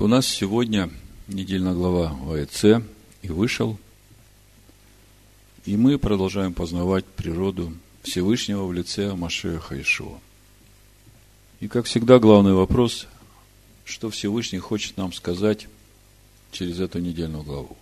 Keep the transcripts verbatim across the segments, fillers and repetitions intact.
У нас сегодня недельная глава ВАЭЦ и вышел, и мы продолжаем познавать природу Всевышнего в лице Машиаха Иешуа. И, как всегда, главный вопрос, что Всевышний хочет нам сказать через эту недельную главу.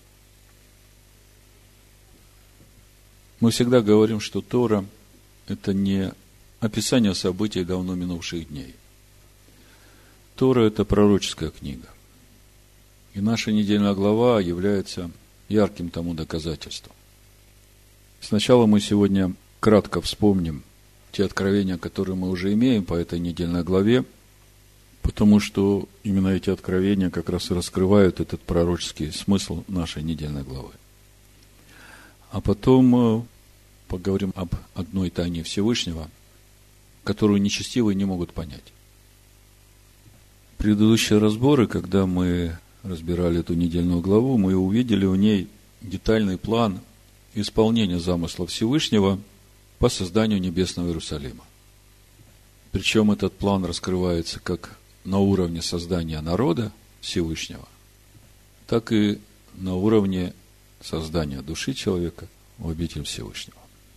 Мы всегда говорим, что Тора – это не описание событий давно минувших дней. Тора – это пророческая книга. И наша недельная глава является ярким тому доказательством. Сначала мы сегодня кратко вспомним те откровения, которые мы уже имеем по этой недельной главе, потому что именно эти откровения как раз и раскрывают этот пророческий смысл нашей недельной главы. А потом поговорим об одной тайне Всевышнего, которую нечестивые не могут понять. Предыдущие разборы, когда мы разбирали эту недельную главу, мы увидели в ней детальный план исполнения замысла Всевышнего по созданию небесного Иерусалима. Причем этот план раскрывается как на уровне создания народа Всевышнего, так и на уровне создания души человека в обитель Всевышнего.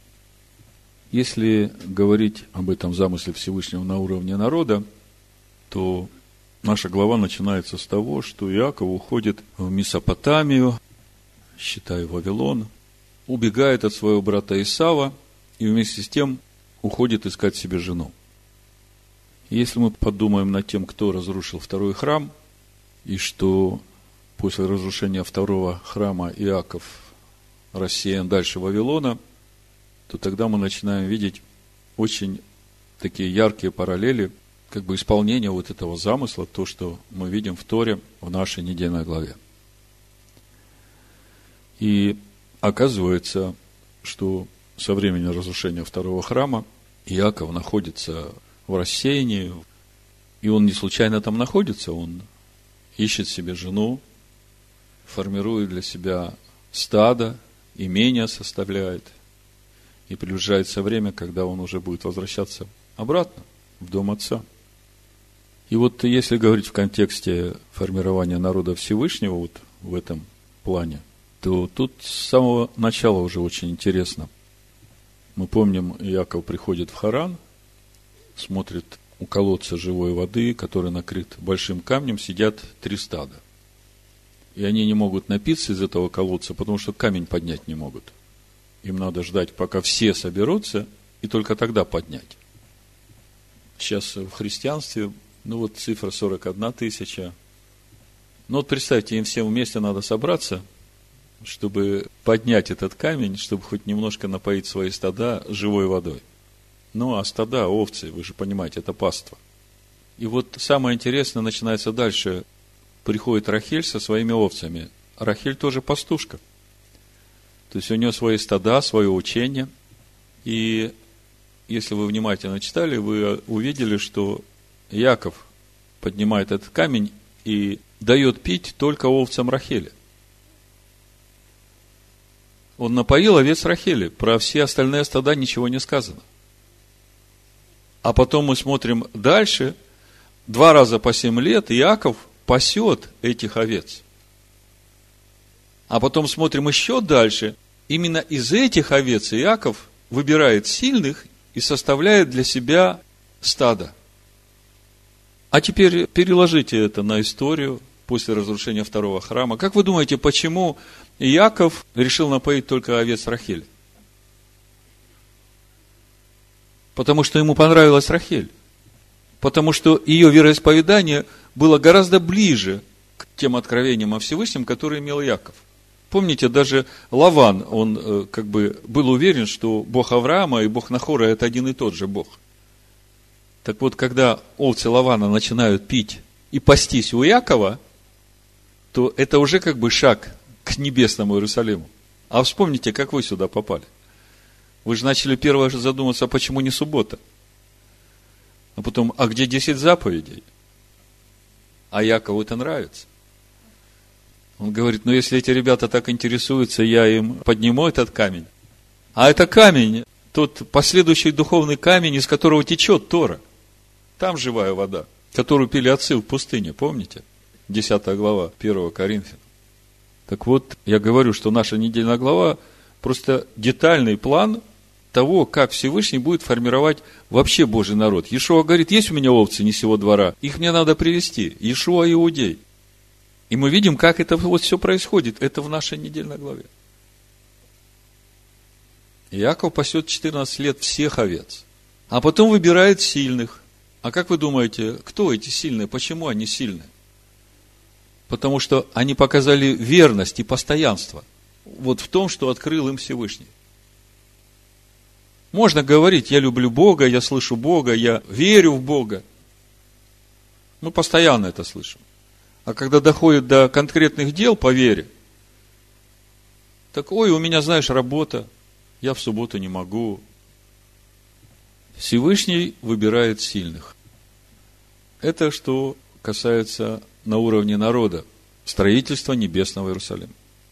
Если говорить об этом замысле Всевышнего на уровне народа, то наша глава начинается с того, что Иаков уходит в Месопотамию, считай Вавилон, убегает от своего брата Исава и вместе с тем уходит искать себе жену. Если мы подумаем над тем, кто разрушил второй храм, и что после разрушения второго храма Иаков рассеян дальше Вавилона, то тогда мы начинаем видеть очень такие яркие параллели, как бы исполнение вот этого замысла, то, что мы видим в Торе в нашей недельной главе. И оказывается, что со времени разрушения второго храма Иаков находится в рассеянии, и он не случайно там находится, он ищет себе жену, формирует для себя стадо, имение составляет, и приближается время, когда он уже будет возвращаться обратно в дом отца. И вот если говорить в контексте формирования народа Всевышнего, вот в этом плане, то тут с самого начала уже очень интересно. Мы помним, Иаков приходит в Харан, смотрит у колодца живой воды, который накрыт большим камнем, сидят три стада. И они не могут напиться из этого колодца, потому что камень поднять не могут. Им надо ждать, пока все соберутся, и только тогда поднять. Сейчас в христианстве, ну вот цифра сорок одна тысяча. Ну вот представьте, им всем вместе надо собраться, чтобы поднять этот камень, чтобы хоть немножко напоить свои стада живой водой. Ну а стада, овцы, вы же понимаете, это паства. И вот самое интересное начинается дальше. Приходит Рахель со своими овцами. Рахель тоже пастушка. То есть у нее свои стада, свое учение. И если вы внимательно читали, вы увидели, что Иаков поднимает этот камень и дает пить только овцам Рахели. Он напоил овец Рахели. Про все остальные стада ничего не сказано. А потом мы смотрим дальше. Два раза по семь лет Иаков пасет этих овец. А потом смотрим еще дальше. Именно из этих овец Иаков выбирает сильных и составляет для себя стадо. А теперь переложите это на историю после разрушения второго храма. Как вы думаете, почему Иаков решил напоить только овец Рахель? Потому что ему понравилась Рахель. Потому что ее вероисповедание было гораздо ближе к тем откровениям о Всевышнем, которые имел Иаков. Помните, даже Лаван, он как бы был уверен, что Бог Авраама и Бог Нахора – это один и тот же Бог. Так вот, когда овцы Лавана начинают пить и пастись у Иакова, то это уже как бы шаг к небесному Иерусалиму. А вспомните, как вы сюда попали. Вы же начали первое же задуматься, почему не суббота? А потом, а где десять заповедей? А Иакову это нравится. Он говорит, ну если эти ребята так интересуются, я им подниму этот камень. А это камень, тот последующий духовный камень, из которого течет Тора. Там живая вода, которую пили отцы в пустыне, помните? десятая глава первого Коринфянам. Так вот, я говорю, что наша недельная глава просто детальный план того, как Всевышний будет формировать вообще Божий народ. Иешуа говорит, есть у меня овцы не сего двора, их мне надо привести. Иешуа иудей. И мы видим, как это вот все происходит. Это в нашей недельной главе. Иаков пасет четырнадцать лет всех овец, а потом выбирает сильных. А как вы думаете, кто эти сильные? Почему они сильные? Потому что они показали верность и постоянство вот в том, что открыл им Всевышний. Можно говорить, я люблю Бога, я слышу Бога, я верю в Бога. Мы постоянно это слышим. А когда доходит до конкретных дел по вере, так, ой, у меня, знаешь, работа, я в субботу не могу. Всевышний выбирает сильных. Это что касается на уровне народа, строительства небесного Иерусалима.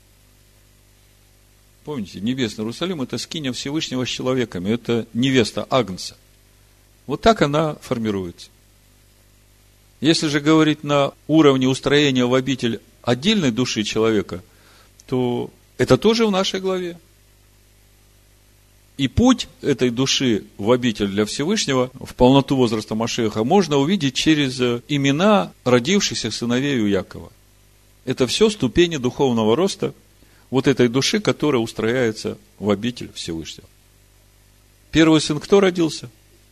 Помните, небесный Иерусалим – это скиния Всевышнего с человеками, это невеста Агнца. Вот так она формируется. Если же говорить на уровне устроения в обитель отдельной души человека, то это тоже в нашей главе. И путь этой души в обитель для Всевышнего, в полноту возраста Машиаха, можно увидеть через имена родившихся сыновей у Якова. Это все ступени духовного роста вот этой души, которая устрояется в обитель Всевышнего. Первый сын кто родился?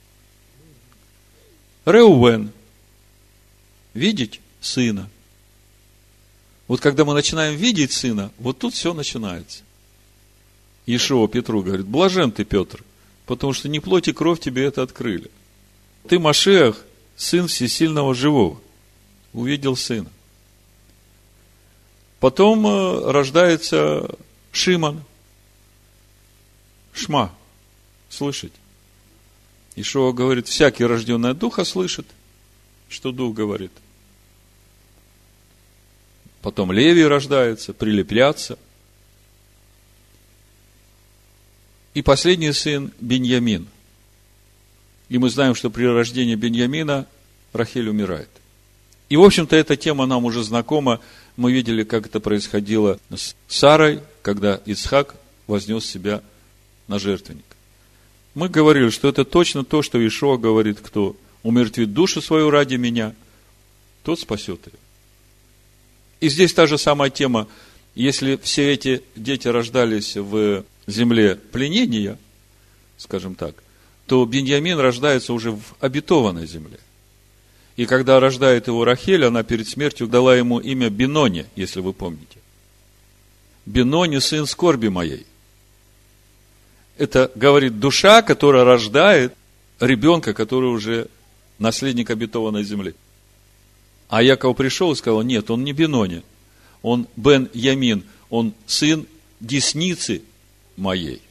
Реувен. Видеть сына. Вот когда мы начинаем видеть сына, вот тут все начинается. Иешуа Петру говорит, блажен ты, Петр, потому что не плоть и кровь тебе это открыли. Ты, Машиах, сын всесильного живого. Увидел сына. Потом рождается Шимон. Шма. Слышать. Иешуа говорит, всякий, рожденный от Духа, слышит, что Дух говорит. Потом Левий рождается, прилепляться. И последний сын Беньямин. И мы знаем, что при рождении Беньямина Рахель умирает. И, в общем-то, эта тема нам уже знакома. Мы видели, как это происходило с Сарой, когда Ицхак вознес себя на жертвенник. Мы говорили, что это точно то, что Иешуа говорит, кто умертвит душу свою ради меня, тот спасет ее. И здесь та же самая тема. Если все эти дети рождались в земле пленения, скажем так, то Беньямин рождается уже в обетованной земле. И когда рождает его Рахель, она перед смертью дала ему имя Бенони, если вы помните. Бенони, сын скорби моей. Это, говорит, душа, которая рождает ребенка, который уже наследник обетованной земли. А Яков пришел и сказал, нет, он не Бенони, он Бен-Ямин, он сын десницы моей.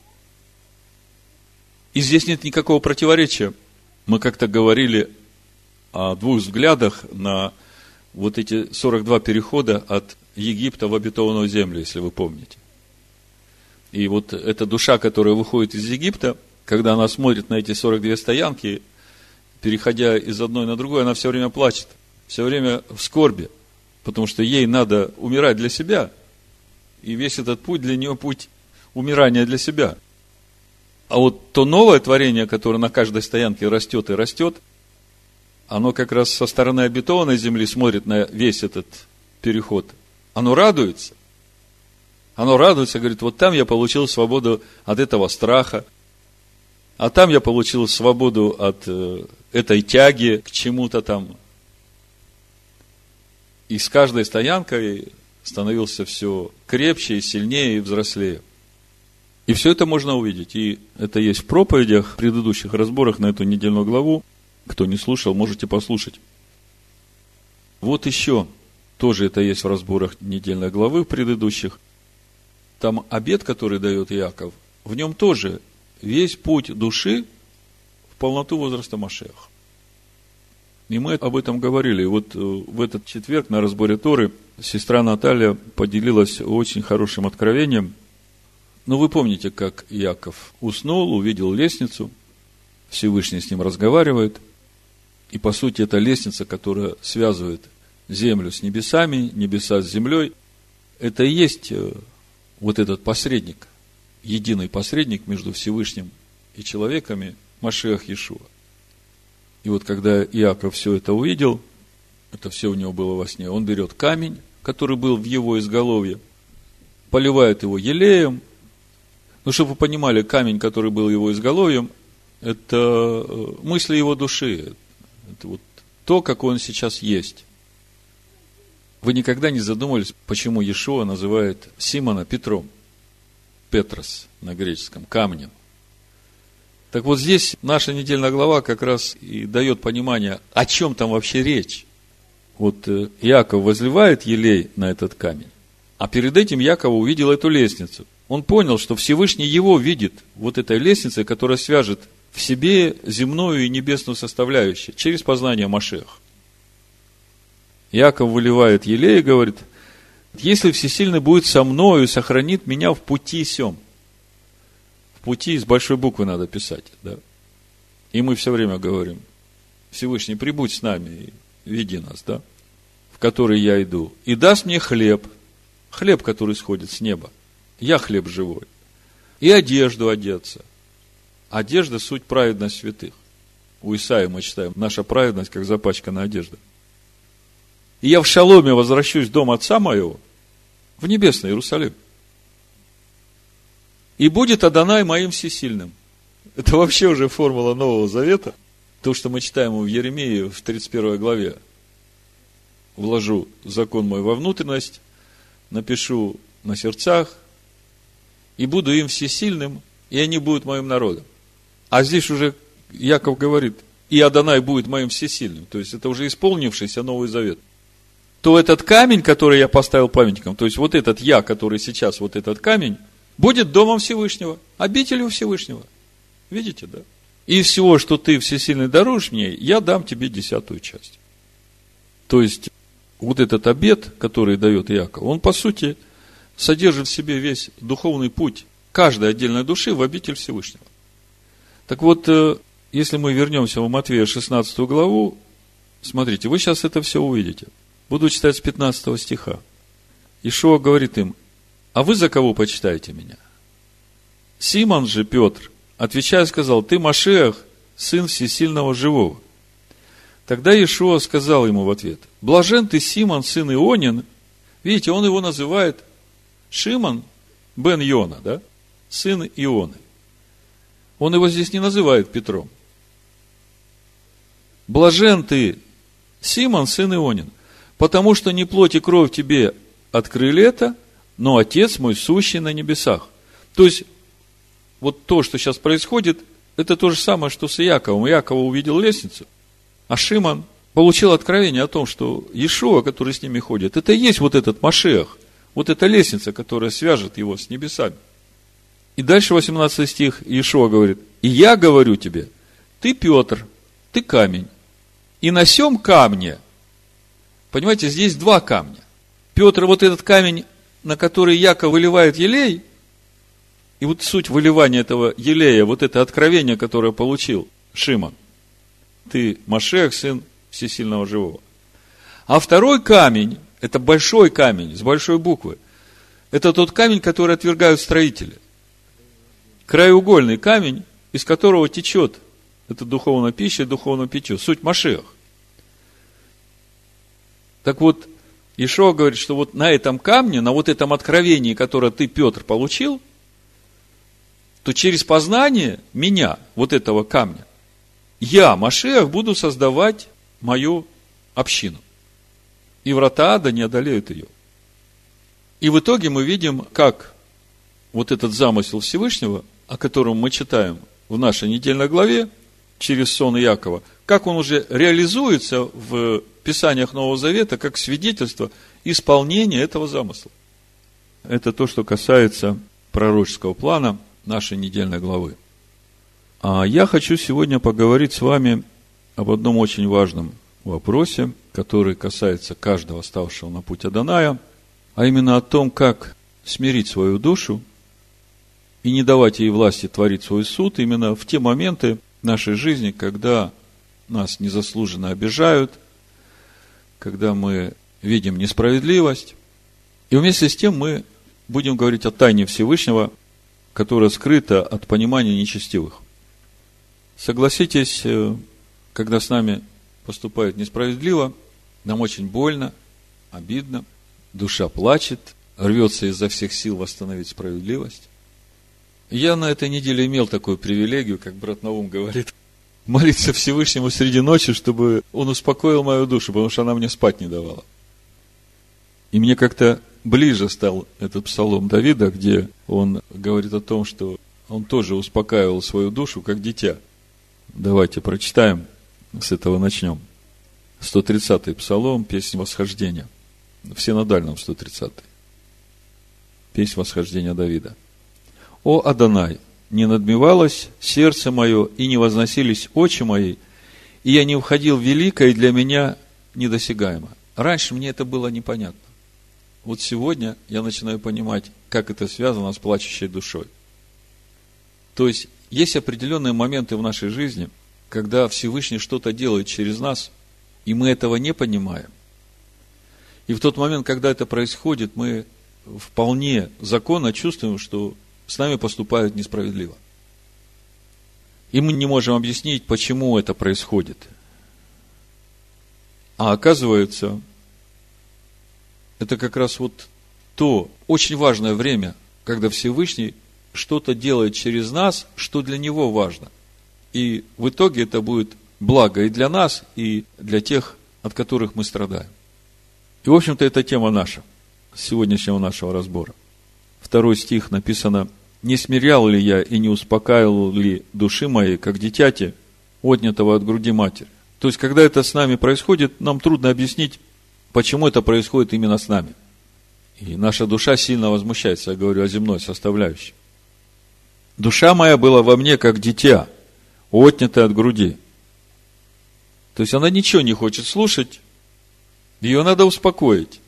И здесь нет никакого противоречия. Мы как-то говорили о двух взглядах на вот эти сорок два перехода от Египта в обетованную землю, если вы помните. И вот эта душа, которая выходит из Египта, когда она смотрит на эти сорок две стоянки, переходя из одной на другую, она все время плачет, все время в скорби, потому что ей надо умирать для себя, и весь этот путь для нее путь умирания для себя. А вот то новое творение, которое на каждой стоянке растет и растет, оно как раз со стороны обетованной земли смотрит на весь этот переход. Оно радуется. Оно радуется, говорит, вот там я получил свободу от этого страха, а там я получил свободу от э, этой тяги к чему-то там. И с каждой стоянкой становился все крепче и сильнее и взрослее. И все это можно увидеть. И это есть в проповедях, в предыдущих разборах на эту недельную главу. Кто не слушал, можете послушать. Вот еще, тоже это есть в разборах недельной главы предыдущих. Там обет, который дает Иаков, в нем тоже весь путь души в полноту возраста Машиаха. И мы об этом говорили. И вот в этот четверг на разборе Торы сестра Наталья поделилась очень хорошим откровением. Ну, вы помните, как Иаков уснул, увидел лестницу, Всевышний с ним разговаривает. И, по сути, это лестница, которая связывает землю с небесами, небеса с землей. Это и есть вот этот посредник, единый посредник между Всевышним и человеками, Машиах Иешуа. И вот когда Иаков все это увидел, это все у него было во сне, он берет камень, который был в его изголовье, поливает его елеем. Ну, чтобы вы понимали, камень, который был его изголовьем, это мысли его души. Это вот то, какой он сейчас есть. Вы никогда не задумывались, почему Иешуа называет Симона Петром? Петрос на греческом, камнем. Так вот здесь наша недельная глава как раз и дает понимание, о чем там вообще речь. Вот Иаков возливает елей на этот камень, а перед этим Иаков увидел эту лестницу. Он понял, что Всевышний его видит вот этой лестницей, которая свяжет в себе земную и небесную составляющую через познание Машиаха. Иаков выливает елей и говорит: если Всесильный будет со мною, сохранит меня в пути сем. В пути с большой буквы надо писать, да? И мы все время говорим: Всевышний, прибудь с нами и веди нас, да? В который я иду. И даст мне хлеб, хлеб, который сходит с неба. Я хлеб живой. И одежду одеться. Одежда – суть праведность святых. У Исаии мы читаем: наша праведность, как запачканная одежда. И я в шаломе возвращусь в дом отца моего, в небесный Иерусалим. И будет Адонай моим всесильным. Это вообще уже формула Нового Завета. То, что мы читаем в Еремии в тридцать первой главе. Вложу закон мой во внутренность, напишу на сердцах, и буду им всесильным, и они будут моим народом. А здесь уже Иаков говорит: и Адонай будет моим всесильным. То есть это уже исполнившийся Новый Завет. То этот камень, который я поставил памятником, то есть вот этот я, который сейчас, вот этот камень, будет домом Всевышнего, обителью Всевышнего. Видите, да? И из всего, что ты всесильный даруешь мне, я дам тебе десятую часть. То есть вот этот обет, который дает Иаков, он по сути содержит в себе весь духовный путь каждой отдельной души в обитель Всевышнего. Так вот, если мы вернемся в Матфея шестнадцатую главу, смотрите, вы сейчас это все увидите. Буду читать с пятнадцатого стиха. Иешуа говорит им: а вы за кого почитаете меня? Симон же Петр, отвечая, сказал: ты Машиах, сын всесильного живого. Тогда Иешуа сказал ему в ответ: блажен ты, Симон, сын Ионин. Видите, он его называет Шимон бен Йона, да? Сын Ионы. Он его здесь не называет Петром. Блажен ты, Симон, сын Ионин, потому что не плоть и кровь тебе открыли это, но Отец мой, сущий на небесах. То есть, вот то, что сейчас происходит, это то же самое, что с Иаковом. Иаков увидел лестницу, а Шимон получил откровение о том, что Иешуа, который с ними ходит, это и есть вот этот Машиах, вот эта лестница, которая свяжет его с небесами. И дальше восемнадцатый стих Иешуа говорит: и я говорю тебе, ты Петр, ты камень, и на сем камне. Понимаете, здесь два камня. Петр, вот этот камень, на который Иаков выливает елей, и вот суть выливания этого елея, вот это откровение, которое получил Шимон. Ты Машиах, сын всесильного живого. А второй камень, это большой камень, с большой буквы. Это тот камень, который отвергают строители. Краеугольный камень, из которого течет эта духовная пища, духовное питье. Суть Машиах. Так вот, Иешуа говорит, что вот на этом камне, на вот этом откровении, которое ты, Петр, получил, то через познание меня, вот этого камня, я, Машиах, буду создавать мою общину. И врата ада не одолеют ее. И в итоге мы видим, как вот этот замысел Всевышнего, о котором мы читаем в нашей недельной главе, через сон Иакова, как он уже реализуется в Писаниях Нового Завета, как свидетельство исполнения этого замысла. Это то, что касается пророческого плана нашей недельной главы. А я хочу сегодня поговорить с вами об одном очень важном вопросе, который касается каждого ставшего на путь Адоная, а именно о том, как смирить свою душу и не давать ей власти творить свой суд именно в те моменты нашей жизни, когда нас незаслуженно обижают, когда мы видим несправедливость. И вместе с тем мы будем говорить о тайне Всевышнего, которая скрыта от понимания нечестивых. Согласитесь, когда с нами поступают несправедливо, нам очень больно, обидно, душа плачет, рвется изо всех сил восстановить справедливость. Я на этой неделе имел такую привилегию, как брат Наум говорит, молиться Всевышнему среди ночи, чтобы он успокоил мою душу, потому что она мне спать не давала. И мне как-то ближе стал этот псалом Давида, где он говорит о том, что он тоже успокаивал свою душу, как дитя. Давайте прочитаем, с этого начнем. сто тридцатый псалом, песнь восхождения. В синодальном сто тридцатый. Песнь восхождения Давида. «О Адонай, не надмевалось сердце мое, и не возносились очи мои, и я не входил в великое, и для меня недосягаемо». Раньше мне это было непонятно. Вот сегодня я начинаю понимать, как это связано с плачущей душой. То есть, есть определенные моменты в нашей жизни, когда Всевышний что-то делает через нас, и мы этого не понимаем. И в тот момент, когда это происходит, мы вполне законно чувствуем, что с нами поступают несправедливо. И мы не можем объяснить, почему это происходит. А оказывается, это как раз вот то очень важное время, когда Всевышний что-то делает через нас, что для Него важно. И в итоге это будет благо и для нас, и для тех, от которых мы страдаем. И, в общем-то, это тема наша, сегодняшнего нашего разбора. Второй стих написано: «Не смирял ли я и не успокаивал ли души моей, как дитяти, отнятого от груди матери?» То есть, когда это с нами происходит, нам трудно объяснить, почему это происходит именно с нами. И наша душа сильно возмущается, я говорю о земной составляющей. «Душа моя была во мне, как дитя, отнятая от груди». То есть, она ничего не хочет слушать, ее надо успокоить.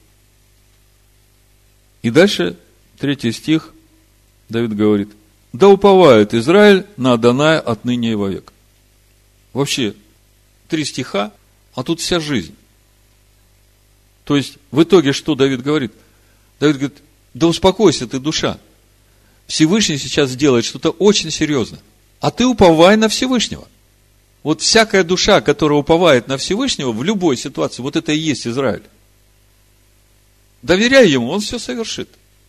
И дальше, третий стих, Давид говорит: «Да уповает Израиль на Адоная отныне и вовек». Вообще, три стиха, а тут вся жизнь. То есть, в итоге, что Давид говорит? Давид говорит: да успокойся ты, душа. Всевышний сейчас сделает что-то очень серьезное. А ты уповай на Всевышнего. Вот всякая душа, которая уповает на Всевышнего в любой ситуации, вот это и есть Израиль. Доверяй ему, он все совершит.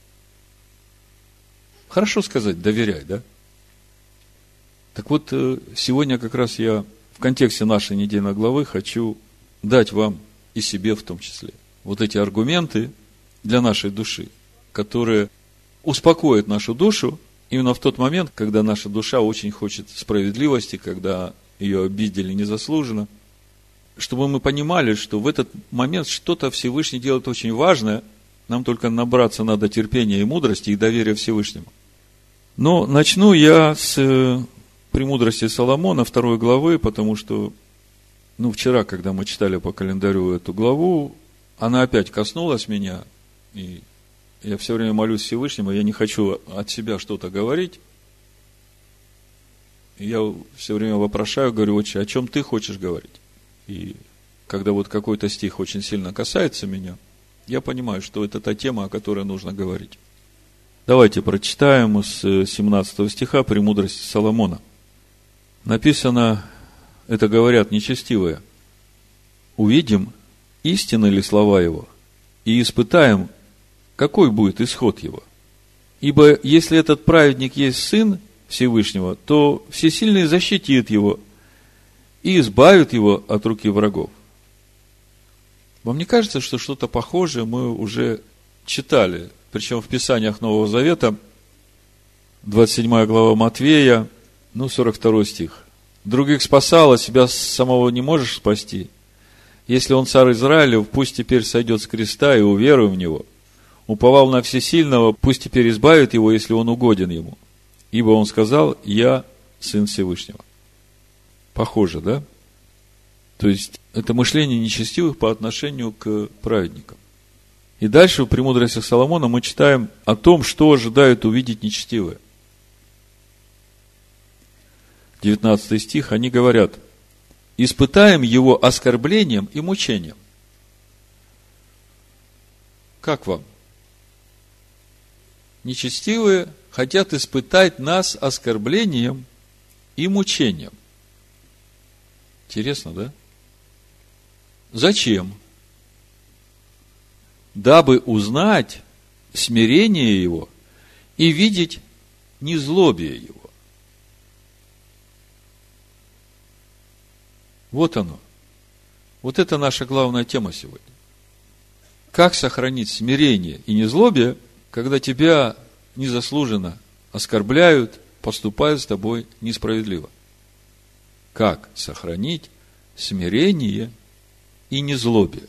Хорошо сказать, доверяй, да? Так вот, сегодня как раз я в контексте нашей недельной главы хочу дать вам и себе в том числе вот эти аргументы для нашей души, которые успокоят нашу душу именно в тот момент, когда наша душа очень хочет справедливости, когда ее обидели незаслуженно, чтобы мы понимали, что в этот момент что-то Всевышний делает очень важное, нам только набраться надо терпения и мудрости и доверия Всевышнему. Но начну я с «Премудрости Соломона» второй главы, потому что, ну, вчера, когда мы читали по календарю эту главу, она опять коснулась меня, и я все время молюсь Всевышнему, я не хочу от себя что-то говорить. И я все время вопрошаю, говорю: Отче, о чем ты хочешь говорить? И когда вот какой-то стих очень сильно касается меня, я понимаю, что это та тема, о которой нужно говорить. Давайте прочитаем с семнадцатого стиха «Премудрости Соломона». Написано, это говорят нечестивые: «Увидим, истинны ли слова его, и испытаем, какой будет исход его. Ибо если этот праведник есть сын Всевышнего, то Всесильный защитит его и избавит его от руки врагов». Вам не кажется, что что-то похожее мы уже читали, причем в Писаниях Нового Завета, двадцать седьмая глава Матвея, ну, сорок второй стих. «Других спасал, а себя самого не можешь спасти. Если он царь Израилев, пусть теперь сойдет с креста и уверуй в него. Уповал на Всесильного, пусть теперь избавит его, если он угоден ему. Ибо он сказал: я сын Всевышнего». Похоже, да? То есть, это мышление нечестивых по отношению к праведникам. И дальше в «Премудростях Соломона» мы читаем о том, что ожидают увидеть нечестивые. девятнадцатый стих, они говорят: «Испытаем его оскорблением и мучением». Как вам? Нечестивые хотят испытать нас оскорблением и мучением. Интересно, да? Зачем? Дабы узнать смирение его и видеть незлобие его. Вот оно. Вот это наша главная тема сегодня. Как сохранить смирение и незлобие, когда тебя незаслуженно оскорбляют, поступают с тобой несправедливо? Как сохранить смирение и незлобие?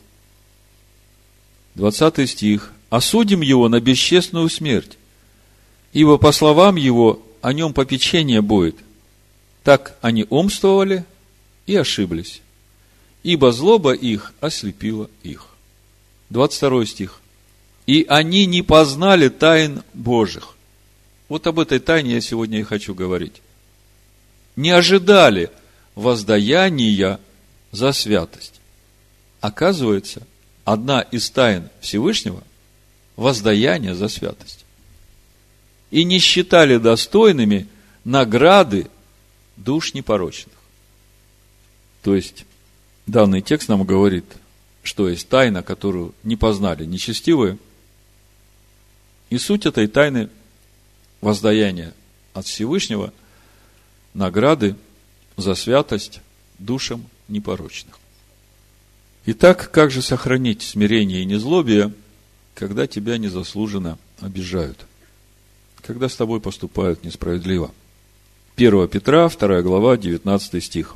двадцатый стих. «Осудим его на бесчестную смерть, ибо по словам его о нем попечение будет. Так они умствовали и ошиблись, ибо злоба их ослепила их». двадцать второй стих. «И они не познали тайн Божьих». Вот об этой тайне я сегодня и хочу говорить. Не ожидали воздаяния за святость. Оказывается, одна из тайн Всевышнего – воздаяние за святость. И не считали достойными награды душ непорочных. То есть, данный текст нам говорит, что есть тайна, которую не познали нечестивые. И суть этой тайны – воздаяние от Всевышнего, награды за святость душам непорочных. Итак, как же сохранить смирение и незлобие, когда тебя незаслуженно обижают, когда с тобой поступают несправедливо? первое Петра, вторая глава, девятнадцатый стих.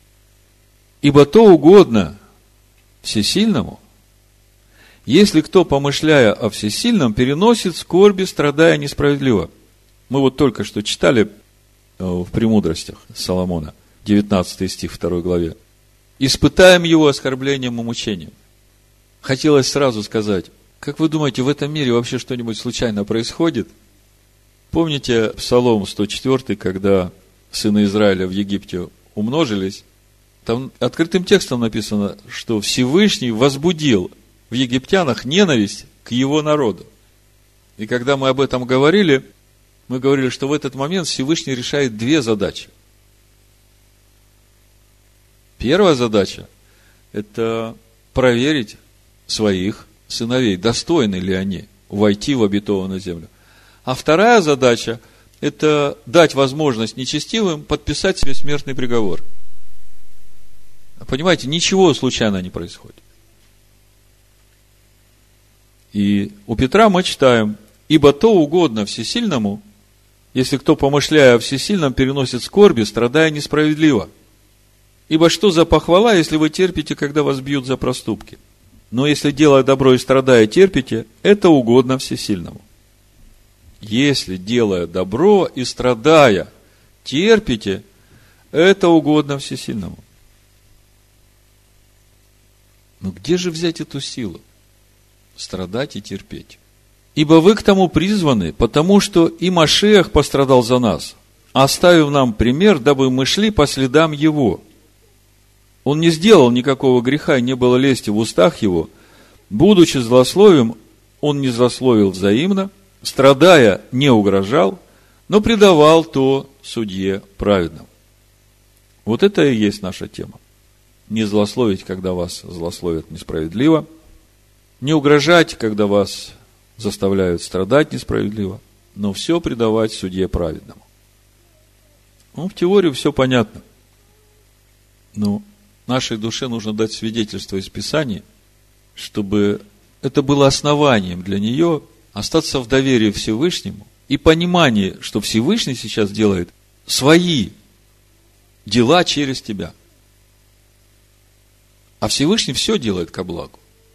«Ибо то угодно всесильному, если кто, помышляя о всесильном, переносит скорби, страдая несправедливо». Мы вот только что читали в «Премудростях» Соломона, девятнадцатый стих второй главе. «Испытаем его оскорблением и мучением». Хотелось сразу сказать, как вы думаете, в этом мире вообще что-нибудь случайно происходит? Помните Псалом сто четыре, когда сыны Израиля в Египте умножились? Там открытым текстом написано, что Всевышний возбудил в египтянах ненависть к его народу. И когда мы об этом говорили, мы говорили, что в этот момент Всевышний решает две задачи. Первая задача – это проверить своих сыновей, достойны ли они войти в обетованную землю. А вторая задача – это дать возможность нечестивым подписать себе смертный приговор. Понимаете, ничего случайно не происходит. И у Петра мы читаем: «Ибо то угодно всесильному, если кто, помышляя о всесильном, переносит скорби, страдая несправедливо. Ибо что за похвала, если вы терпите, когда вас бьют за проступки? Но если, делая добро и страдая, терпите, это угодно всесильному». Если, делая добро и страдая, терпите, это угодно всесильному. Но где же взять эту силу? Страдать и терпеть. «Ибо вы к тому призваны, потому что и Машиах пострадал за нас, оставив нам пример, дабы мы шли по следам Его. Он не сделал никакого греха, и не было лести в устах Его. Будучи злословием, Он не злословил взаимно, страдая, не угрожал, но предавал то судье праведному». Вот это и есть наша тема. Не злословить, когда вас злословят несправедливо, не угрожать, когда вас заставляют страдать несправедливо, но все предавать судье праведному. Ну, в теории все понятно. Но нашей душе нужно дать свидетельство из Писания, чтобы это было основанием для нее остаться в доверии Всевышнему и понимании, что Всевышний сейчас делает свои дела через тебя. А Всевышний все делает ко благу.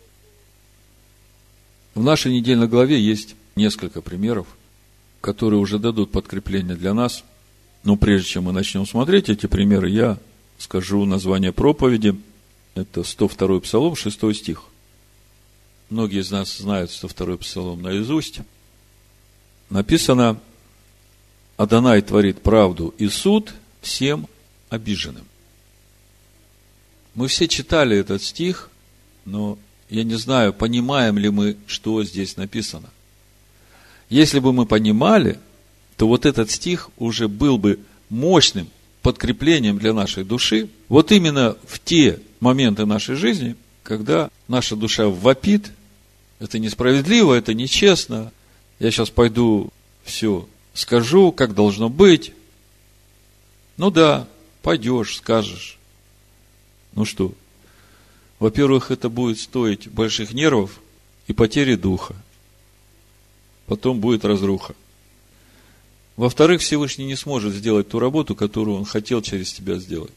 В нашей недельной главе есть несколько примеров, которые уже дадут подкрепление для нас. Но прежде чем мы начнем смотреть эти примеры, я скажу название проповеди. Это сто второй Псалом, шестой стих. Многие из нас знают сто второй Псалом наизусть. Написано: «Адонай творит правду и суд всем обиженным». Мы все читали этот стих, но Я не знаю, понимаем ли мы, что здесь написано. Если бы мы понимали, то вот этот стих уже был бы мощным подкреплением для нашей души, вот именно в те моменты нашей жизни, когда наша душа вопит, это несправедливо, это нечестно, я сейчас пойду все скажу, как должно быть. Ну да, пойдешь, скажешь. Ну что? Во-первых, это будет стоить больших нервов и потери духа. Потом будет разруха. Во-вторых, Всевышний не сможет сделать ту работу, которую Он хотел через тебя сделать.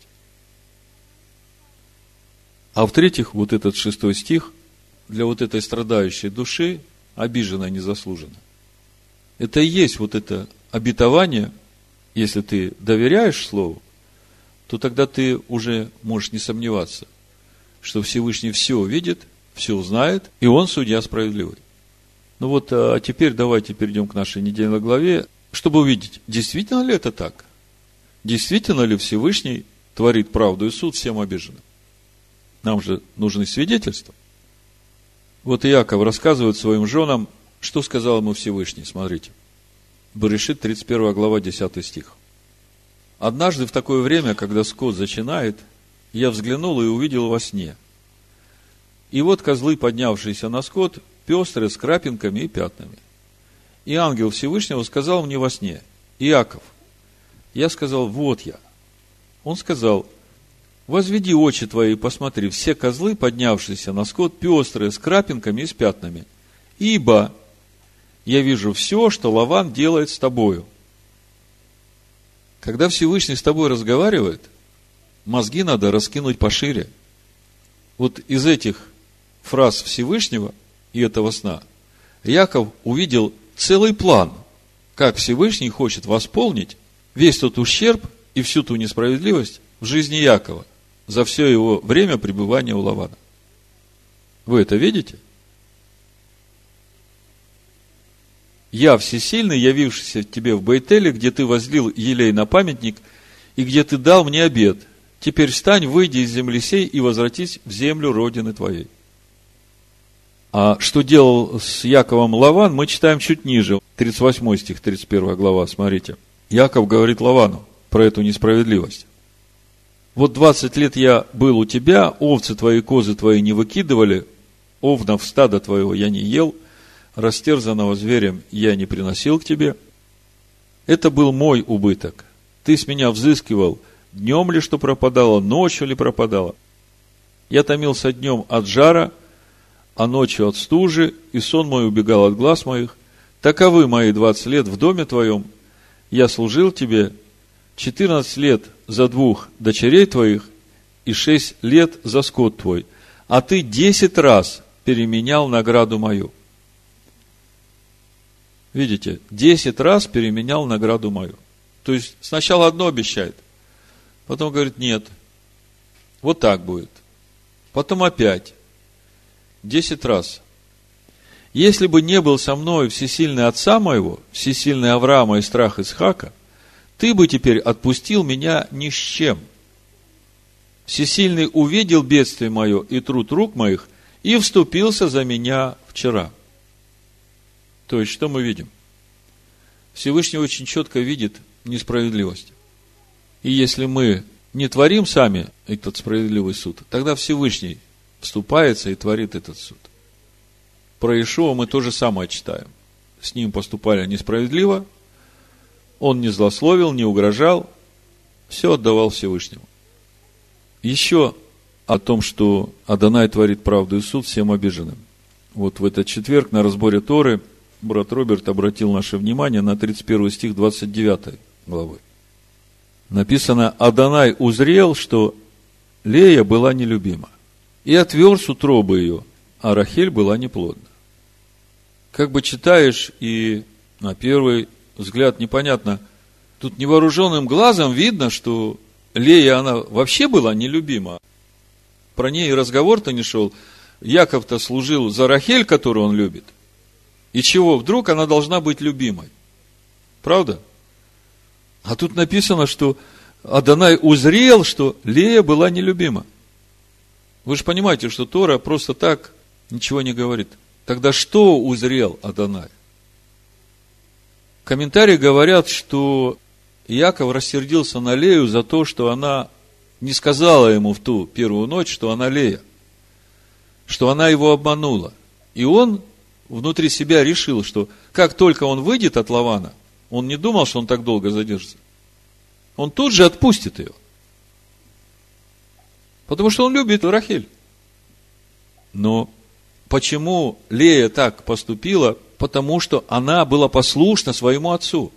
А в-третьих, вот этот шестой стих для вот этой страдающей души, обиженной незаслуженно, это и есть вот это обетование. Если ты доверяешь Слову, то тогда ты уже можешь не сомневаться, что Всевышний все видит, все знает, и Он судья справедливый. Ну вот, а теперь давайте перейдем к нашей недельной главе, чтобы увидеть, действительно ли это так? Действительно ли Всевышний творит правду и суд всем обиженным? Нам же нужны свидетельства. Вот Иаков рассказывает своим женам, что сказал ему Всевышний. Смотрите. Берешит, тридцать первая глава, десятый стих. «Однажды в такое время, когда скот зачинает, я взглянул и увидел во сне. И вот козлы, поднявшиеся на скот, пестрые, с крапинками и пятнами. И ангел Всевышнего сказал мне во сне: Иаков. Я сказал: вот я. Он сказал: возведи очи твои и посмотри, все козлы, поднявшиеся на скот, пестрые, с крапинками и с пятнами. Ибо я вижу все, что Лаван делает с тобою». Когда Всевышний с тобой разговаривает, мозги надо раскинуть пошире. Вот из этих фраз Всевышнего и этого сна Иаков увидел целый план, как Всевышний хочет восполнить весь тот ущерб и всю ту несправедливость в жизни Иакова за все его время пребывания у Лавана. Вы это видите? «Я всесильный, явившийся тебе в Бейтеле, где ты возлил елей на памятник, и где ты дал мне обет. Теперь встань, выйди из земли сей и возвратись в землю родины твоей». А что делал с Яковом Лаван, мы читаем чуть ниже. тридцать восьмой стих, тридцать первая глава, смотрите. Яков говорит Лавану про эту несправедливость. «Вот двадцать лет я был у тебя, овцы твои, козы твои не выкидывали, овнов стада твоего я не ел, растерзанного зверем я не приносил к тебе. Это был мой убыток. Ты с меня взыскивал, днем ли что пропадало, ночью ли пропадало. Я томился днем от жара, а ночью от стужи, и сон мой убегал от глаз моих. Таковы мои двадцать лет в доме твоем. Я служил тебе четырнадцать лет за двух дочерей твоих и шесть лет за скот твой, а ты десять раз переменял награду мою». Видите, десять раз переменял награду мою. То есть, сначала одно обещает, потом говорит: нет, вот так будет. Потом опять. Десять раз. Если бы не был со мной всесильный отца моего, всесильный Авраама и страх Исхака, ты бы теперь отпустил меня ни с чем. Всесильный увидел бедствие мое и труд рук моих и вступился за меня вчера. То есть, что мы видим? Всевышний очень четко видит несправедливость. И если мы не творим сами этот справедливый суд, тогда Всевышний вступается и творит этот суд. Про Иешуа мы то же самое читаем. С ним поступали несправедливо, он не злословил, не угрожал, все отдавал Всевышнему. Еще о том, что Адонай творит правду и суд всем обиженным. Вот в этот четверг на разборе Торы брат Роберт обратил наше внимание на тридцать первый стих двадцать девятой главы. Написано: «Адонай узрел, что Лея была нелюбима, и отверз утробы ее, а Рахель была неплодна». Как бы читаешь, и на первый взгляд непонятно, тут невооруженным глазом видно, что Лея, она вообще была нелюбима. Про ней и разговор-то не шел. Яков-то служил за Рахель, которую он любит. И чего, вдруг она должна быть любимой? Правда? А тут написано, что Адонай узрел, что Лея была нелюбима. Вы же понимаете, что Тора просто так Ничего не говорит. Тогда что узрел Адонай? Комментарии говорят, что Иаков рассердился на Лею за то, что она не сказала ему в ту первую ночь, что она Лея, что она его обманула. И он внутри себя решил, что как только он выйдет от Лавана, он не думал, что он так долго задержится, он тут же отпустит ее. Потому что он любит Рахель. Но почему Лея так поступила? Потому что она была послушна своему отцу.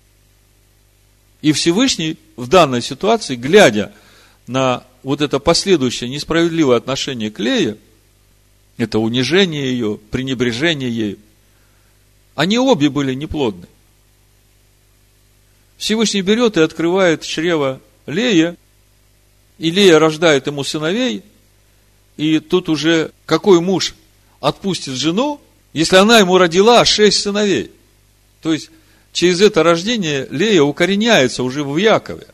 И Всевышний в данной ситуации, глядя на вот это последующее несправедливое отношение к Лее, это унижение ее, пренебрежение ею, они обе были неплодны. Всевышний берет и открывает чрево Лея, и Лея рождает ему сыновей, и тут уже какой муж отпустит жену, если она ему родила шесть сыновей? То есть, через это рождение Лея укореняется уже в Якове.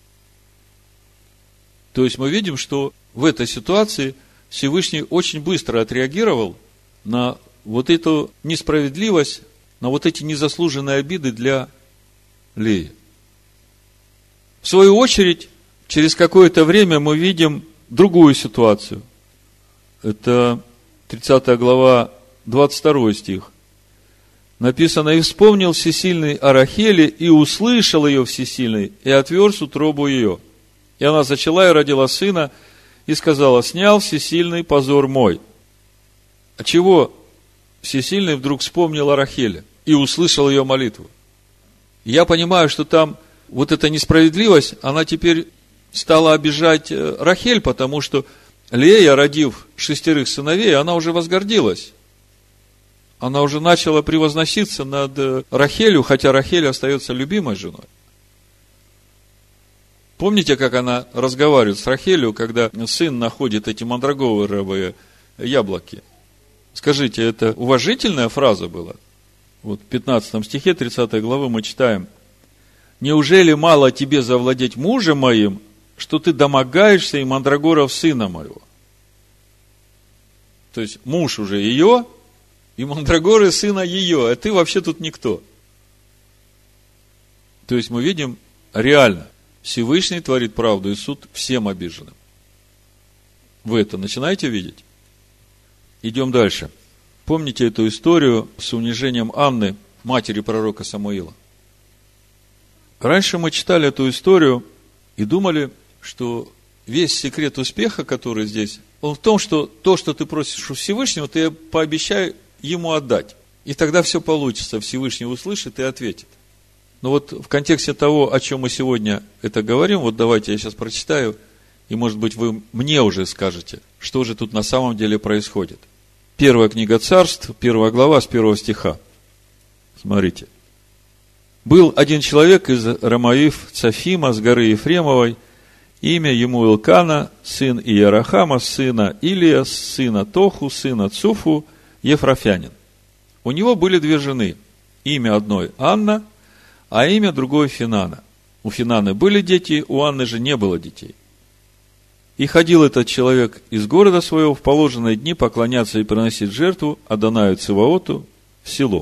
То есть, мы видим, что в этой ситуации Всевышний очень быстро отреагировал на вот эту несправедливость, на вот эти незаслуженные обиды для Леи. В свою очередь, через какое-то время мы видим другую ситуацию. Это тридцатая глава, двадцать второй стих. Написано: «И вспомнил всесильный о Рахеле, и услышал ее всесильный, и отверз утробу ее. И она зачала и родила сына, и сказала: снял всесильный позор мой». А чего всесильный вдруг вспомнил о Рахеле и услышал ее молитву? Я понимаю, что там вот эта несправедливость, она теперь стала обижать Рахель, потому что Лея, родив шестерых сыновей, она уже возгордилась. Она уже начала превозноситься над Рахелью, хотя Рахель остается любимой женой. Помните, как она разговаривает с Рахелью, когда сын находит эти мандрагоровые яблоки? Скажите, это уважительная фраза была? Вот в пятнадцатом стихе тридцатой главы мы читаем: «Неужели мало тебе завладеть мужем моим, что ты домогаешься и мандрагоров сына моего?» То есть, муж уже ее, и мандрагоры сына ее, а ты вообще тут никто. То есть, мы видим реально, Всевышний творит правду и суд всем обиженным. Вы это начинаете видеть? Идем дальше. Помните эту историю с унижением Анны, матери пророка Самуила? Раньше мы читали эту историю и думали, что весь секрет успеха, который здесь, он в том, что то, что ты просишь у Всевышнего, ты пообещай ему отдать. И тогда все получится. Всевышний услышит и ответит. Но вот в контексте того, о чем мы сегодня это говорим, вот давайте я сейчас прочитаю, и, может быть, вы мне уже скажете, что же тут на самом деле происходит. Первая книга Царств, первая глава, с первого стиха. Смотрите. «Был один человек из Рамаив Цафима с горы Ефремовой, имя ему Илкана, сын Иерахама, сына Илия, сына Тоху, сына Цуфу, ефрафянин. У него были две жены, имя одной Анна, а имя другой Финана. У Финаны были дети, у Анны же не было детей. И ходил этот человек из города своего в положенные дни поклоняться и приносить жертву Адонаю Циваоту в село.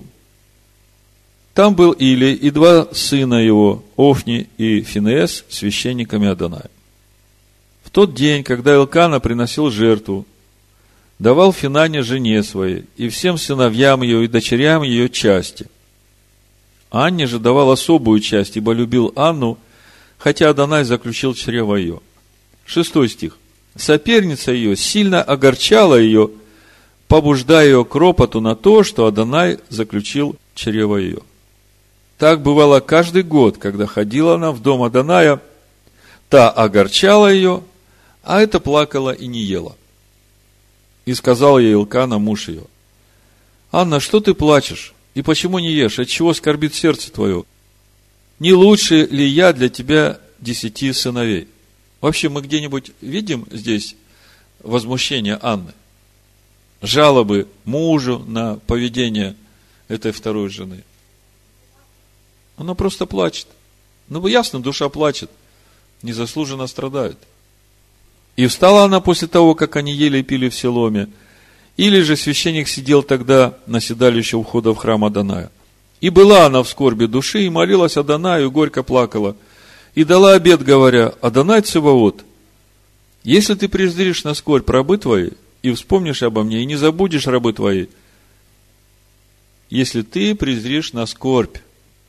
Там был Илий и два сына его, Офни и Финеас, священниками Адоная. В тот день, когда Илкана приносил жертву, давал Финане жене своей и всем сыновьям ее и дочерям ее части. Анне же давал особую часть, ибо любил Анну, хотя Адонай заключил чрево ее. Шестой стих. Соперница ее сильно огорчала ее, побуждая ее к ропоту на то, что Адонай заключил чрево ее. Так бывало каждый год, когда ходила она в дом Адоная, та огорчала ее, а эта плакала и не ела. И сказал ей Илкана, муж ее: Анна, что ты плачешь? И почему не ешь? Отчего скорбит сердце твое? Не лучше ли я для тебя десяти сыновей? Вообще, мы где-нибудь видим здесь возмущение Анны? Жалобы мужу на поведение этой второй жены? Она просто плачет. Ну, ясно, душа плачет. Незаслуженно страдает. И встала она после того, как они ели и пили в Селоме, Или же священник сидел тогда на седалище у входа в храм Адоная. И была она в скорби души, и молилась Адонаю, и горько плакала. И дала обет, говоря: Адонай Цеваот, если ты презришь на скорбь рабы твои, и вспомнишь обо мне, и не забудешь рабы твои, если ты презришь на скорбь,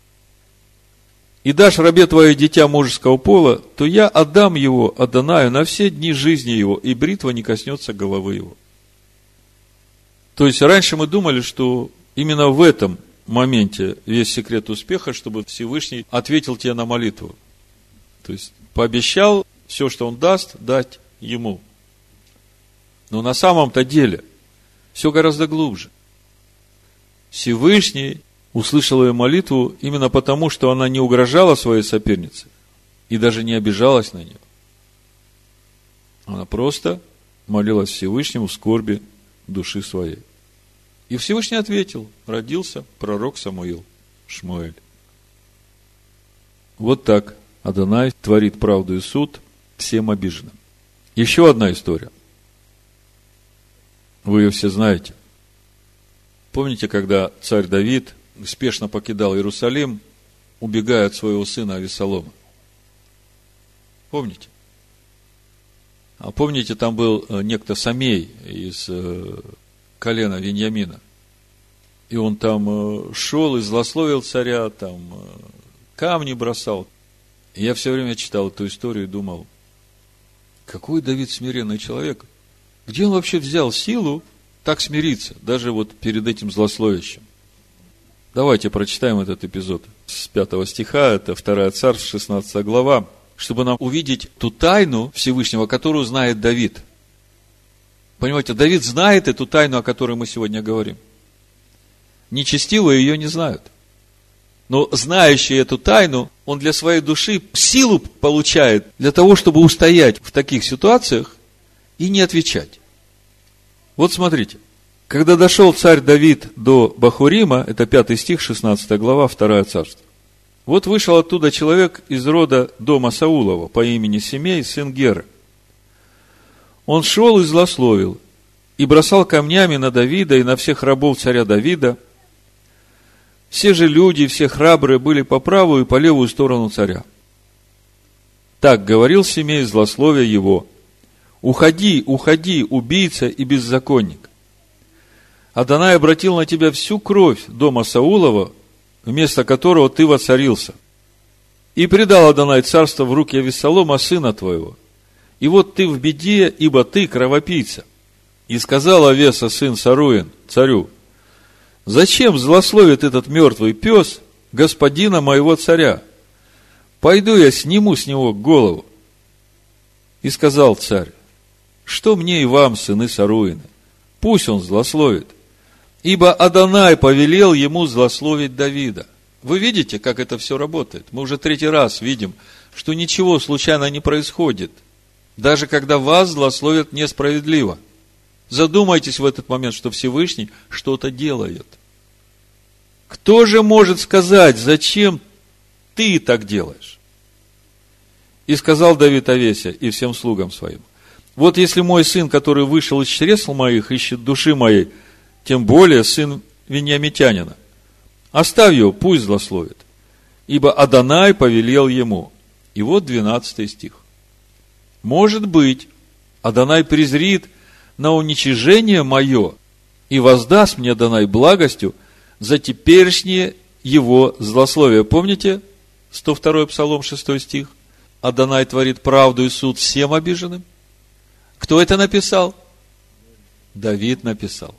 и дашь рабе твое дитя мужеского пола, то я отдам его Адонаю на все дни жизни его, и бритва не коснется головы его. То есть, раньше мы думали, что именно в этом моменте весь секрет успеха, чтобы Всевышний ответил тебе на молитву. То есть, пообещал все, что он даст, дать ему. Но на самом-то деле все гораздо глубже. Всевышний услышал ее молитву именно потому, что она не угрожала своей сопернице и даже не обижалась на нее. Она просто молилась Всевышнему в скорби души своей. И Всевышний ответил: родился пророк Самуил, Шмуэль. Вот так Адонай творит правду и суд всем обиженным. Еще одна история. Вы ее все знаете. Помните, когда царь Давид спешно покидал Иерусалим, убегая от своего сына Авессалома? Помните? А помните, там был некто Самей из колена Виньямина. И он там шел и злословил царя, там камни бросал. И я все время читал эту историю и думал: какой Давид смиренный человек. Где он вообще взял силу так смириться, даже вот перед этим злословящим? Давайте прочитаем этот эпизод с пятого стиха, это второе Царств, шестнадцатая глава, чтобы нам увидеть ту тайну Всевышнего, которую знает Давид. Понимаете, Давид знает эту тайну, о которой мы сегодня говорим. Нечестивые ее не знают. Но знающий эту тайну, он для своей души силу получает для того, чтобы устоять в таких ситуациях и не отвечать. Вот смотрите. Когда дошел царь Давид до Бахурима, это пятый стих, шестнадцатая глава, второе Царство. Вот вышел оттуда человек из рода дома Саулова по имени Семей, сын Геры. Он шел и злословил, и бросал камнями на Давида и на всех рабов царя Давида. Все же люди, все храбрые были по правую и по левую сторону царя. Так говорил Семей, злословия его: уходи, уходи, убийца и беззаконник. Адонай обратил на тебя всю кровь дома Саулова, вместо которого ты воцарился. И предал Адонай царство в руки Авессалома, сына твоего. И вот ты в беде, ибо ты кровопийца. И сказал Авеса, сын Саруин, царю: зачем злословит этот мертвый пес господина моего царя? Пойду я сниму с него голову. И сказал царь: что мне и вам, сыны Саруины? Пусть он злословит. Ибо Адонай повелел ему злословить Давида. Вы видите, как это все работает? Мы уже третий раз видим, что ничего случайно не происходит. Даже когда вас злословят несправедливо. Задумайтесь в этот момент, что Всевышний что-то делает. Кто же может сказать, зачем ты так делаешь? И сказал Давид Авесе и всем слугам своим: вот если мой сын, который вышел из чресл моих, ищет души моей, тем более сын Виньямитянина, оставь его, пусть злословит, ибо Адонай повелел ему. И вот двенадцатый стих. Может быть, Адонай презрит на уничижение мое и воздаст мне Адонай благостью за теперешнее его злословие. Помните сто второй Псалом, шестой стих? Адонай творит правду и суд всем обиженным. Кто это написал? Давид написал.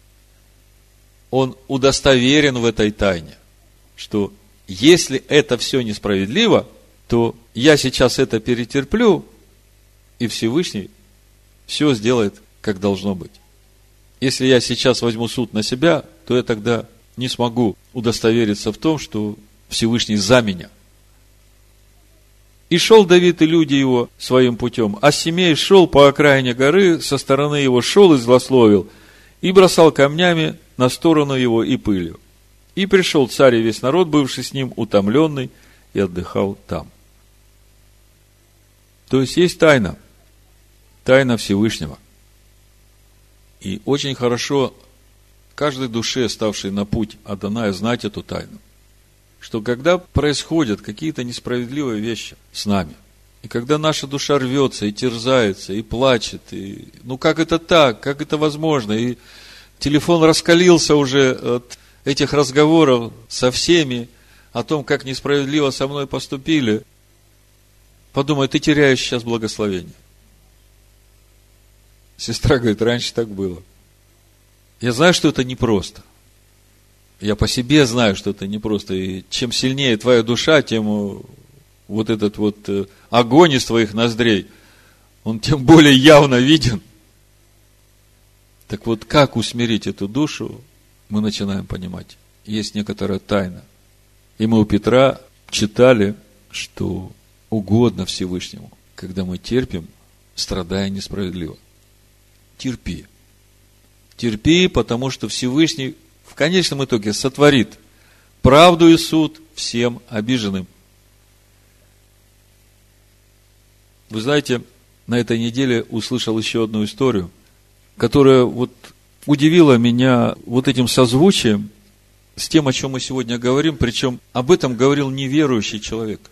Он удостоверен в этой тайне, что если это все несправедливо, то я сейчас это перетерплю, и Всевышний все сделает, как должно быть. Если я сейчас возьму суд на себя, то я тогда не смогу удостовериться в том, что Всевышний за меня. И шел Давид и люди его своим путем, а Семей шел по окраине горы, со стороны его шел и злословил, и бросал камнями на сторону его и пылью. И пришел царь и весь народ, бывший с ним, утомленный, и отдыхал там. То есть есть тайна, тайна Всевышнего. И очень хорошо каждой душе, ставшей на путь Адоная, знать эту тайну. Что когда происходят какие-то несправедливые вещи с нами, и когда наша душа рвется и терзается, и плачет, и ну как это так, как это возможно, и телефон раскалился уже от этих разговоров со всеми о том, как несправедливо со мной поступили, подумай, ты теряешь сейчас благословение. Сестра говорит, раньше так было. Я знаю, что это непросто. Я по себе знаю, что это непросто. И чем сильнее твоя душа, тем вот этот вот огонь из твоих ноздрей, он тем более явно виден. Так вот, как усмирить эту душу, мы начинаем понимать. Есть некоторая тайна. И мы у Петра читали, что угодно Всевышнему, когда мы терпим, страдая несправедливо. Терпи. Терпи, потому что Всевышний в конечном итоге сотворит правду и суд всем обиженным. Вы знаете, на этой неделе услышал еще одну историю, которая вот удивила меня вот этим созвучием с тем, о чем мы сегодня говорим, причем об этом говорил неверующий человек.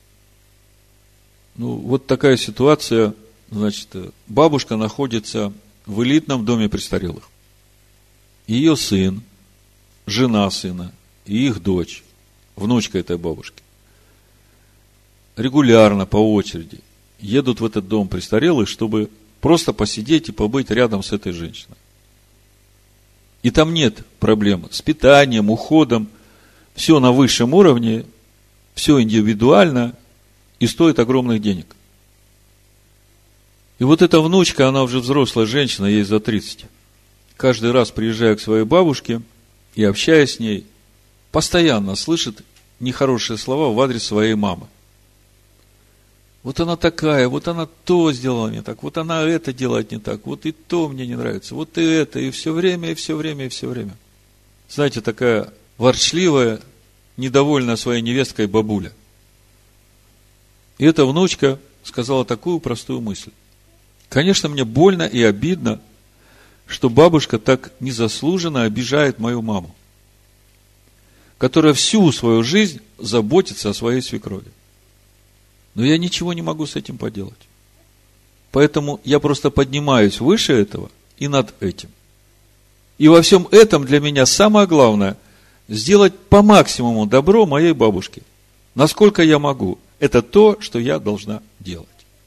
Ну, вот такая ситуация, значит, бабушка находится в элитном доме престарелых. Ее сын, жена сына и их дочь, внучка этой бабушки, регулярно по очереди едут в этот дом престарелых, чтобы просто посидеть и побыть рядом с этой женщиной. И там нет проблем с питанием, уходом. Все на высшем уровне, все индивидуально и стоит огромных денег. И вот эта внучка, она уже взрослая женщина, ей за тридцать. Каждый раз, приезжая к своей бабушке и общаясь с ней, постоянно слышит нехорошие слова в адрес своей мамы. Вот она такая, вот она то сделала не так, вот она это делает не так, вот и то мне не нравится, вот и это, и все время, и все время, и все время. Знаете, такая ворчливая, недовольная своей невесткой бабуля. И эта внучка сказала такую простую мысль. Конечно, мне больно и обидно, что бабушка так незаслуженно обижает мою маму, которая всю свою жизнь заботится о своей свекрови. Но я ничего не могу с этим поделать. Поэтому я просто поднимаюсь выше этого и над этим. И во всем этом для меня самое главное – сделать по максимуму добро моей бабушке. Насколько я могу. Это то, что я должна делать.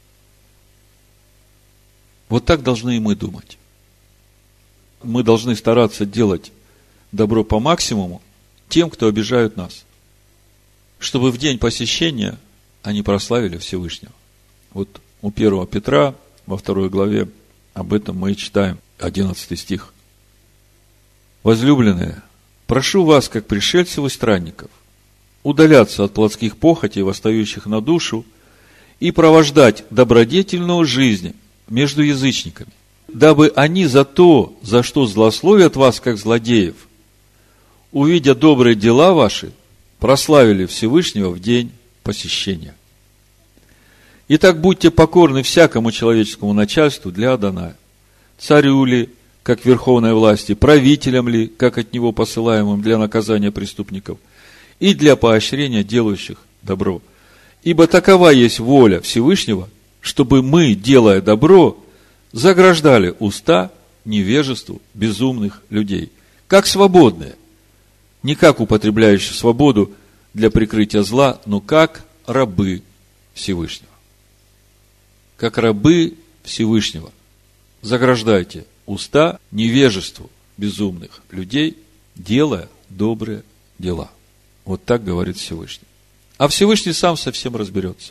Вот так должны и мы думать. Мы должны стараться делать добро по максимуму тем, кто обижают нас. Чтобы в день посещения они прославили Всевышнего. Вот у первого Петра, во второй главе, об этом мы и читаем, одиннадцатый стих. Возлюбленные, прошу вас, как пришельцев и странников, удаляться от плотских похотей, восстающих на душу, и провождать добродетельную жизнь между язычниками, дабы они за то, за что злословят вас, как злодеев, увидя добрые дела ваши, прославили Всевышнего в день посещения. Итак, будьте покорны всякому человеческому начальству для Адоная, царю ли, как верховной власти, правителям ли, как от него посылаемым для наказания преступников, и для поощрения делающих добро. Ибо такова есть воля Всевышнего, чтобы мы, делая добро, заграждали уста невежеству безумных людей, как свободные, не как употребляющие свободу для прикрытия зла, но как рабы Всевышнего. Как рабы Всевышнего заграждайте уста невежеству безумных людей, делая добрые дела. Вот так говорит Всевышний. А Всевышний сам со всем разберется.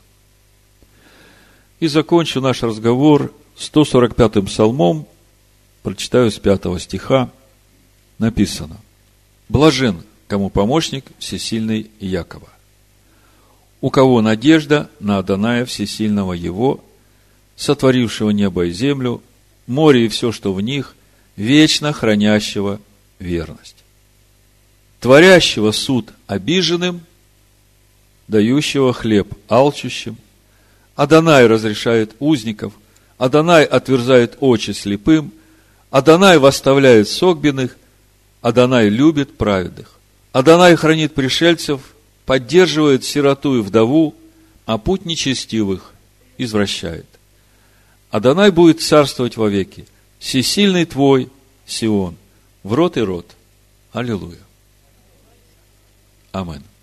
И закончу наш разговор сто сорок пятым псалмом, прочитаю с пятого стиха, написано: «Блажен, кому помощник всесильный Якова, у кого надежда на Адоная всесильного его, сотворившего небо и землю, море и все, что в них, вечно хранящего верность, творящего суд обиженным, дающего хлеб алчущим. Адонай разрешает узников, Адонай отверзает очи слепым, Адонай восставляет согбенных, Адонай любит праведных. Адонай хранит пришельцев, поддерживает сироту и вдову, а путь нечестивых извращает. Адонай будет царствовать вовеки. Всесильный твой, Сион, в род и род. Аллилуйя. Аминь.